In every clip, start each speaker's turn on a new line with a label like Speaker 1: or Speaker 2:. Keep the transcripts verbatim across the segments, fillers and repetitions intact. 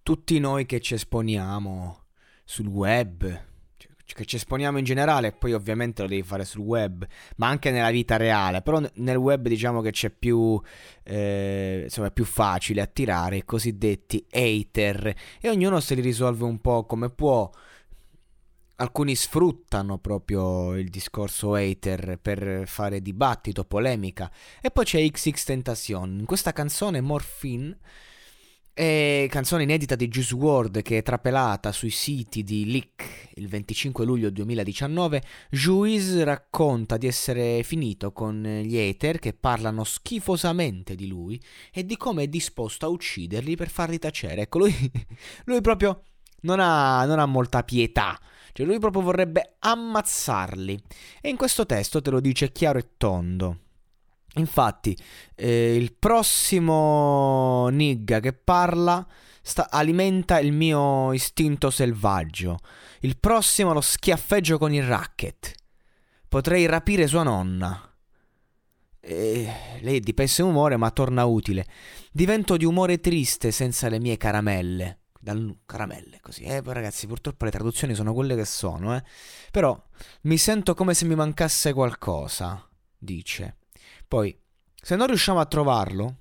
Speaker 1: tutti noi che ci esponiamo sul web, che ci esponiamo in generale, poi ovviamente lo devi fare sul web, ma anche nella vita reale, però nel web diciamo che c'è più, eh, insomma è più facile attirare i cosiddetti hater e ognuno se li risolve un po' come può. Alcuni sfruttano proprio il discorso hater per fare dibattito, polemica. E poi c'è X X Tentacion. In questa canzone Morphine, è canzone inedita di Juice world che è trapelata sui siti di Leak il venticinque luglio duemiladiciannove, Juice racconta di essere finito con gli hater che parlano schifosamente di lui e di come è disposto a ucciderli per farli tacere. Ecco, lui, lui proprio non ha, non ha molta pietà. Cioè lui proprio vorrebbe ammazzarli. E in questo testo te lo dice chiaro e tondo. Infatti eh, il prossimo nigga che parla sta, alimenta il mio istinto selvaggio. Il prossimo lo schiaffeggio con il racket. Potrei rapire sua nonna. E lei è di pessimo umore ma torna utile. Divento di umore triste senza le mie caramelle. Dal, caramelle così eh ragazzi, purtroppo le traduzioni sono quelle che sono, eh però mi sento come se mi mancasse qualcosa, dice. Poi se non riusciamo a trovarlo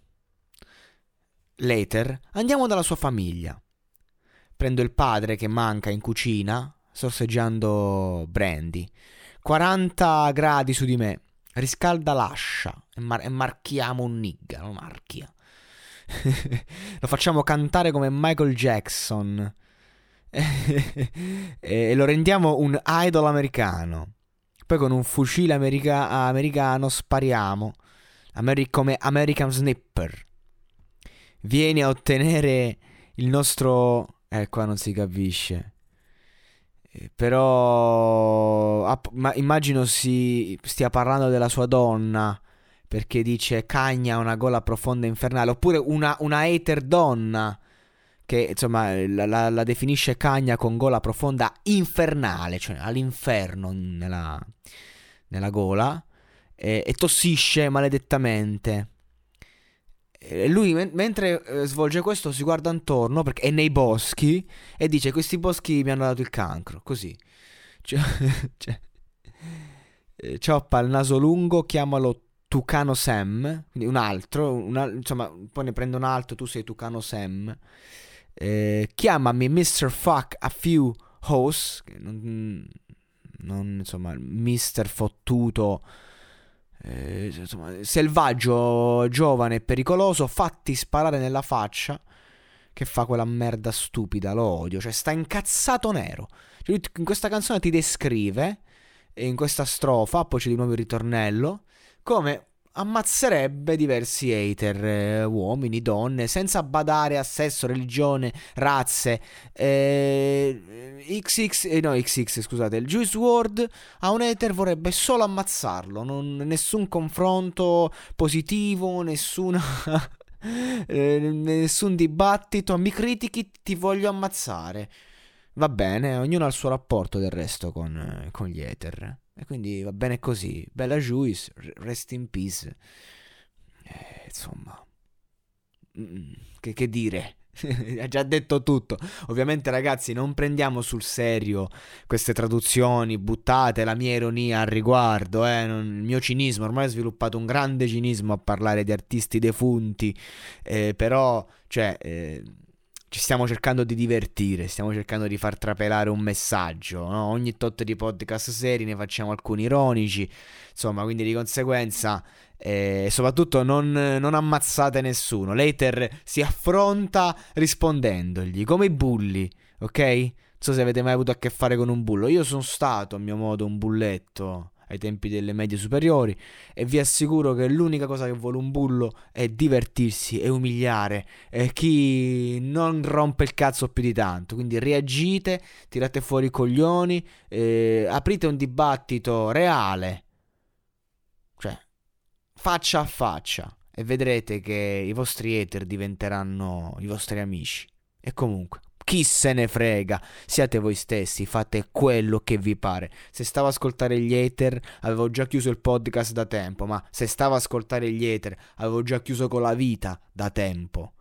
Speaker 1: later andiamo dalla sua famiglia, prendo il padre che manca in cucina sorseggiando brandy, quaranta gradi su di me, riscalda l'ascia e, mar- e marchiamo un nigga, lo marchia. Lo facciamo cantare come Michael Jackson e lo rendiamo un idol americano. Poi con un fucile america- americano spariamo Ameri- come American Snipper. Vieni a ottenere il nostro... Eh, qua non si capisce. Eh, però... ah, ma immagino si stia parlando della sua donna, perché dice Cagna ha una gola profonda e infernale. Oppure una, una hater donna, che insomma la, la, la definisce Cagna con gola profonda infernale, cioè all'inferno nella, nella gola, e, e tossisce maledettamente. E lui men- mentre eh, svolge questo si guarda intorno perché è nei boschi e dice questi boschi mi hanno dato il cancro, così. Cioè, cioè, eh, cioppa il naso lungo, chiamalo Tucano Sam, quindi un altro, una, insomma, poi ne prende un altro, tu sei Tucano Sam. Eh, chiamami mister Fuck a few hoes, non, non insomma, mister Fottuto, eh, insomma, selvaggio, giovane e pericoloso, fatti sparare nella faccia, che fa quella merda stupida, lo odio, cioè sta incazzato nero. Cioè, lui in questa canzone ti descrive, e in questa strofa, poi c'è di nuovo il ritornello, come ammazzerebbe diversi hater, eh, uomini, donne, senza badare a sesso, religione, razze. eh, X X, eh, no X X scusate, il Juice world a un hater vorrebbe solo ammazzarlo, non, nessun confronto positivo, nessuna eh, nessun dibattito, mi critichi, ti voglio ammazzare. Va bene, ognuno ha il suo rapporto del resto con, eh, con gli hater. E quindi va bene così. Bella Juice, rest in peace. Eh, insomma, mm, che, che dire? Ha già detto tutto. Ovviamente ragazzi non prendiamo sul serio queste traduzioni buttate, la mia ironia al riguardo, eh? non, il mio cinismo. Ormai ho sviluppato un grande cinismo a parlare di artisti defunti, eh, però cioè eh, ci stiamo cercando di divertire, stiamo cercando di far trapelare un messaggio, no? Ogni tot di podcast seri ne facciamo alcuni ironici, insomma, quindi di conseguenza e eh, soprattutto non, non ammazzate nessuno. L'hater si affronta rispondendogli come i bulli, ok? Non so se avete mai avuto a che fare con un bullo. Io sono stato a mio modo un bulletto ai tempi delle medie superiori e vi assicuro che l'unica cosa che vuole un bullo è divertirsi e umiliare eh, chi non rompe il cazzo più di tanto. Quindi reagite, tirate fuori i coglioni, eh, aprite un dibattito reale, cioè faccia a faccia, e vedrete che i vostri hater diventeranno i vostri amici. E comunque chi se ne frega, siate voi stessi, fate quello che vi pare. Se stavo a ascoltare gli hater avevo già chiuso il podcast da tempo, ma se stavo a ascoltare gli hater avevo già chiuso con la vita da tempo.